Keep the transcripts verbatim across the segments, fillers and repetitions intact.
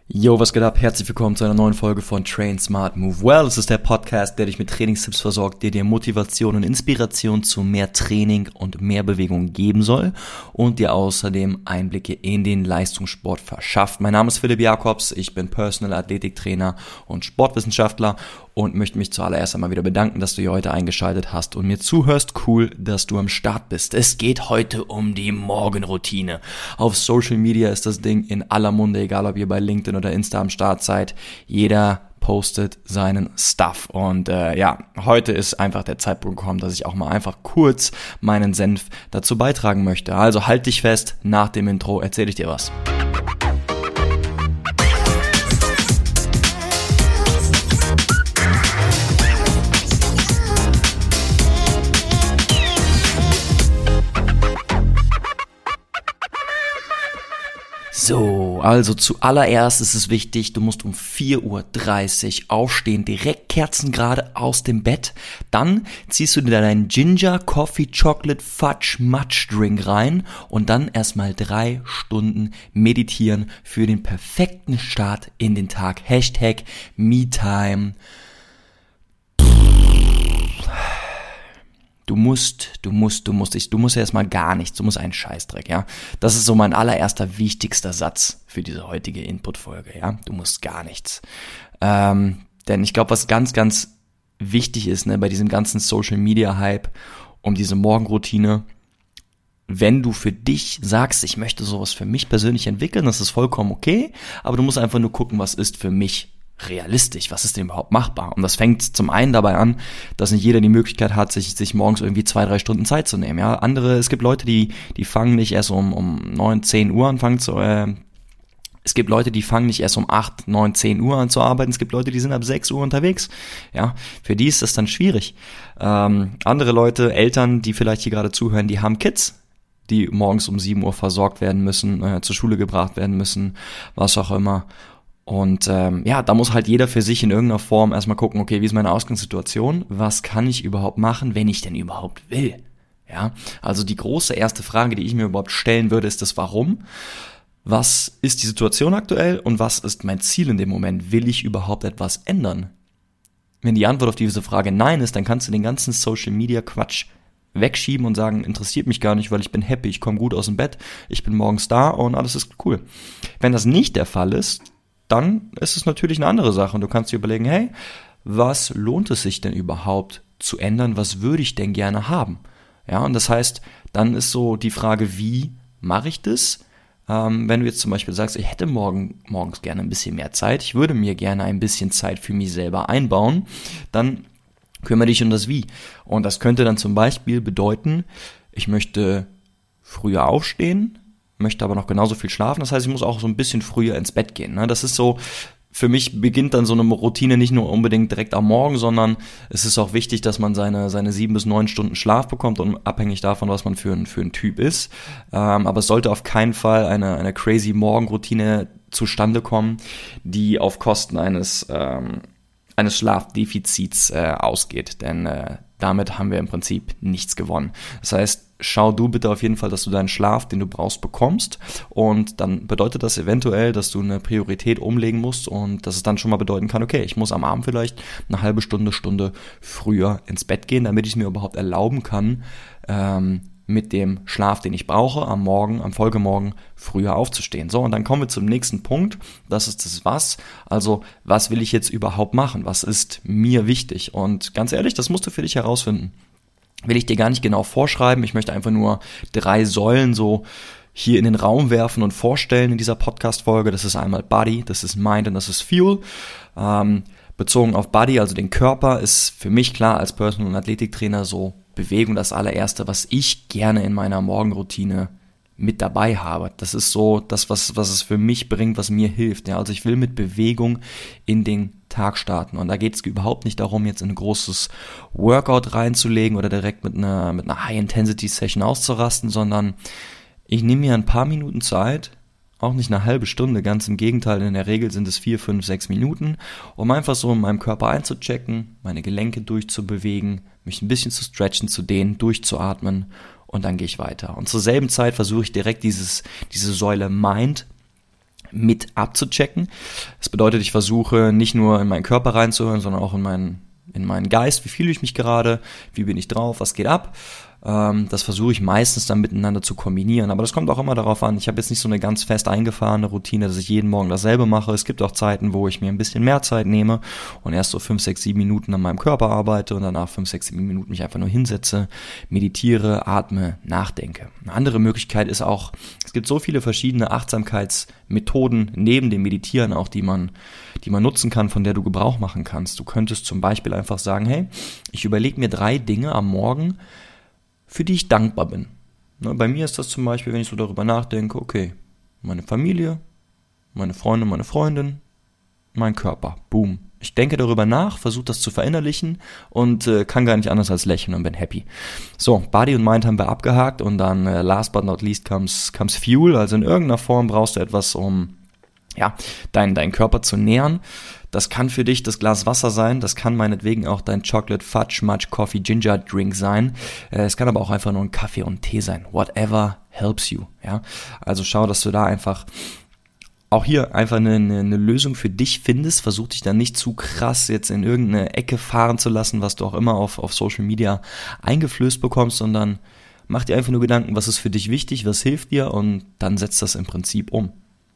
Yo, was geht ab? Herzlich willkommen zu einer neuen Folge von Train Smart Move Well. Es ist der Podcast, der dich mit Trainingstipps versorgt, der dir Motivation und Inspiration zu mehr Training und mehr Bewegung geben soll und dir außerdem Einblicke in den Leistungssport verschafft. Mein Name ist Philipp Jakobs, ich bin Personal Athletiktrainer und Sportwissenschaftler und möchte mich zuallererst einmal wieder bedanken, dass du hier heute eingeschaltet hast und mir zuhörst. Cool, dass du am Start bist. Es geht heute um die Morgenroutine. Auf Social Media ist das Ding in aller Munde, egal ob ihr bei LinkedIn oder Insta am Start seid. Jeder postet seinen Stuff und äh, ja, heute ist einfach der Zeitpunkt gekommen, dass ich auch mal einfach kurz meinen Senf dazu beitragen möchte. Also halt dich fest, nach dem Intro erzähle ich dir was. So, also zuallererst ist es wichtig, du musst um vier Uhr dreißig aufstehen, direkt kerzengerade aus dem Bett. Dann ziehst du dir deinen Ginger Coffee Chocolate Fudge Match Drink rein und dann erstmal drei Stunden meditieren für den perfekten Start in den Tag. Hashtag MeTime. Du musst, du musst, du musst, ich, du musst erstmal gar nichts, du musst einen Scheißdreck, ja. Das ist so mein allererster wichtigster Satz für diese heutige Input-Folge, ja. Du musst gar nichts. Ähm, denn ich glaube, was ganz, ganz wichtig ist, ne, bei diesem ganzen Social-Media-Hype um diese Morgenroutine, wenn du für dich sagst, ich möchte sowas für mich persönlich entwickeln, das ist vollkommen okay, aber du musst einfach nur gucken, was ist für mich realistisch, was ist denn überhaupt machbar? Und das fängt zum einen dabei an, dass nicht jeder die Möglichkeit hat, sich sich morgens irgendwie zwei, drei Stunden Zeit zu nehmen. Ja, andere, es gibt Leute, die die fangen nicht erst um um neun, zehn Uhr an, fangen zu, äh, es gibt Leute, die fangen nicht erst um acht, neun, zehn Uhr an zu arbeiten. Es gibt Leute, die sind ab sechs Uhr unterwegs. Ja, für die ist das dann schwierig. Ähm, andere Leute, Eltern, die vielleicht hier gerade zuhören, die haben Kids, die morgens um sieben Uhr versorgt werden müssen, äh, zur Schule gebracht werden müssen, was auch immer. Und ähm, ja, da muss halt jeder für sich in irgendeiner Form erstmal gucken, okay, wie ist meine Ausgangssituation? Was kann ich überhaupt machen, wenn ich denn überhaupt will? Ja, also die große erste Frage, die ich mir überhaupt stellen würde, ist das Warum? Was ist die Situation aktuell und was ist mein Ziel in dem Moment? Will ich überhaupt etwas ändern? Wenn die Antwort auf diese Frage Nein ist, dann kannst du den ganzen Social-Media-Quatsch wegschieben und sagen, interessiert mich gar nicht, weil ich bin happy, ich komme gut aus dem Bett, ich bin morgens da und alles ist cool. Wenn das nicht der Fall ist, dann ist es natürlich eine andere Sache und du kannst dir überlegen, hey, was lohnt es sich denn überhaupt zu ändern, was würde ich denn gerne haben? Ja, und das heißt, dann ist so die Frage, wie mache ich das? Ähm, wenn du jetzt zum Beispiel sagst, ich hätte morgen, morgens gerne ein bisschen mehr Zeit, ich würde mir gerne ein bisschen Zeit für mich selber einbauen, dann kümmere dich um das Wie. Und das könnte dann zum Beispiel bedeuten, ich möchte früher aufstehen, möchte aber noch genauso viel schlafen. Das heißt, ich muss auch so ein bisschen früher ins Bett gehen. Ne? Das ist so, für mich beginnt dann so eine Routine nicht nur unbedingt direkt am Morgen, sondern es ist auch wichtig, dass man seine seine sieben bis neun Stunden Schlaf bekommt und abhängig davon, was man für ein für ein Typ ist. Ähm, aber es sollte auf keinen Fall eine eine crazy Morgenroutine zustande kommen, die auf Kosten eines ähm, eines Schlafdefizits äh, ausgeht, denn äh, damit haben wir im Prinzip nichts gewonnen. Das heißt, schau du bitte auf jeden Fall, dass du deinen Schlaf, den du brauchst, bekommst und dann bedeutet das eventuell, dass du eine Priorität umlegen musst und dass es dann schon mal bedeuten kann, okay, ich muss am Abend vielleicht eine halbe Stunde, Stunde früher ins Bett gehen, damit ich es mir überhaupt erlauben kann, ähm, mit dem Schlaf, den ich brauche, am Morgen, am Folgemorgen früher aufzustehen. So, und dann kommen wir zum nächsten Punkt. Das ist das Was. Also, was will ich jetzt überhaupt machen? Was ist mir wichtig? Und ganz ehrlich, das musst du für dich herausfinden. Will ich dir gar nicht genau vorschreiben. Ich möchte einfach nur drei Säulen so hier in den Raum werfen und vorstellen in dieser Podcast-Folge. Das ist einmal Body, das ist Mind und das ist Fuel. Ähm, bezogen auf Body, also den Körper, ist für mich klar als Personal- und Athletiktrainer so Bewegung das allererste, was ich gerne in meiner Morgenroutine mit dabei habe. Das ist so das, was, was es für mich bringt, was mir hilft. Ja, also ich will mit Bewegung in den Tag starten. Und da geht es überhaupt nicht darum, jetzt in ein großes Workout reinzulegen oder direkt mit einer, mit einer High-Intensity-Session auszurasten, sondern ich nehme mir ein paar Minuten Zeit, auch nicht eine halbe Stunde, ganz im Gegenteil, in der Regel sind es vier, fünf, sechs Minuten, um einfach so in meinem Körper einzuchecken, meine Gelenke durchzubewegen, mich ein bisschen zu stretchen, zu dehnen, durchzuatmen und dann gehe ich weiter. Und zur selben Zeit versuche ich direkt dieses, diese Säule Mind mit abzuchecken. Das bedeutet, ich versuche nicht nur in meinen Körper reinzuhören, sondern auch in meinen, in meinen Geist. Wie fühle ich mich gerade? Wie bin ich drauf? Was geht ab? Das versuche ich meistens dann miteinander zu kombinieren. Aber das kommt auch immer darauf an. Ich habe jetzt nicht so eine ganz fest eingefahrene Routine, dass ich jeden Morgen dasselbe mache. Es gibt auch Zeiten, wo ich mir ein bisschen mehr Zeit nehme und erst so fünf, sechs, sieben Minuten an meinem Körper arbeite und danach fünf, sechs, sieben Minuten mich einfach nur hinsetze, meditiere, atme, nachdenke. Eine andere Möglichkeit ist auch, es gibt so viele verschiedene Achtsamkeitsmethoden neben dem Meditieren auch, die man, die man nutzen kann, von der du Gebrauch machen kannst. Du könntest zum Beispiel einfach sagen, hey, ich überlege mir drei Dinge am Morgen, für die ich dankbar bin. Bei mir ist das zum Beispiel, wenn ich so darüber nachdenke, okay, meine Familie, meine Freunde, meine Freundin, mein Körper, boom. Ich denke darüber nach, versuche das zu verinnerlichen und äh, kann gar nicht anders als lächeln und bin happy. So, Body und Mind haben wir abgehakt und dann äh, last but not least comes, comes Fuel, also in irgendeiner Form brauchst du etwas, um ja, deinen dein Körper zu nähren. Das kann für dich das Glas Wasser sein, das kann meinetwegen auch dein Chocolate Fudge Much Coffee Ginger Drink sein. Es kann aber auch einfach nur ein Kaffee und Tee sein. Whatever helps you. Ja, also schau, dass du da einfach auch hier einfach eine, eine, eine Lösung für dich findest. Versuch dich dann nicht zu krass jetzt in irgendeine Ecke fahren zu lassen, was du auch immer auf, auf Social Media eingeflößt bekommst, sondern mach dir einfach nur Gedanken, was ist für dich wichtig, was hilft dir und dann setzt das im Prinzip um.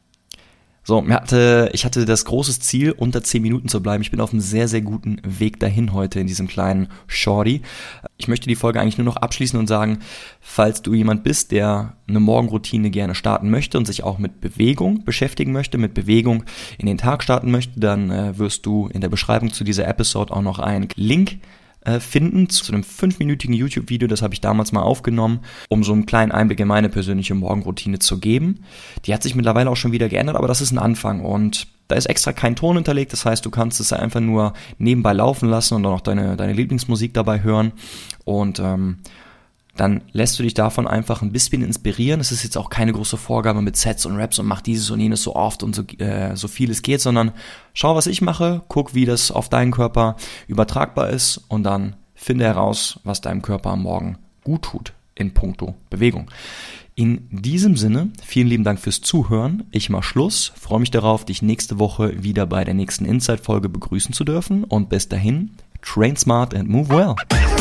So, mir hatte, ich hatte das große Ziel, unter zehn Minuten zu bleiben. Ich bin auf einem sehr, sehr guten Weg dahin heute in diesem kleinen Shorty. Ich möchte die Folge eigentlich nur noch abschließen und sagen, falls du jemand bist, der eine Morgenroutine gerne starten möchte und sich auch mit Bewegung beschäftigen möchte, mit Bewegung in den Tag starten möchte, dann äh, wirst du in der Beschreibung zu dieser Episode auch noch einen Link finden zu einem fünfminütigen YouTube-Video, das habe ich damals mal aufgenommen, um so einen kleinen Einblick in meine persönliche Morgenroutine zu geben. Die hat sich mittlerweile auch schon wieder geändert, aber das ist ein Anfang und da ist extra kein Ton hinterlegt, das heißt, du kannst es einfach nur nebenbei laufen lassen und dann auch deine, deine Lieblingsmusik dabei hören und ähm, dann lässt du dich davon einfach ein bisschen inspirieren. Es ist jetzt auch keine große Vorgabe mit Sets und Raps und mach dieses und jenes so oft und so, äh, so viel es geht, sondern schau, was ich mache, guck, wie das auf deinen Körper übertragbar ist und dann finde heraus, was deinem Körper am Morgen gut tut in puncto Bewegung. In diesem Sinne, vielen lieben Dank fürs Zuhören. Ich mach Schluss, freue mich darauf, dich nächste Woche wieder bei der nächsten Inside-Folge begrüßen zu dürfen und bis dahin, train smart and move well.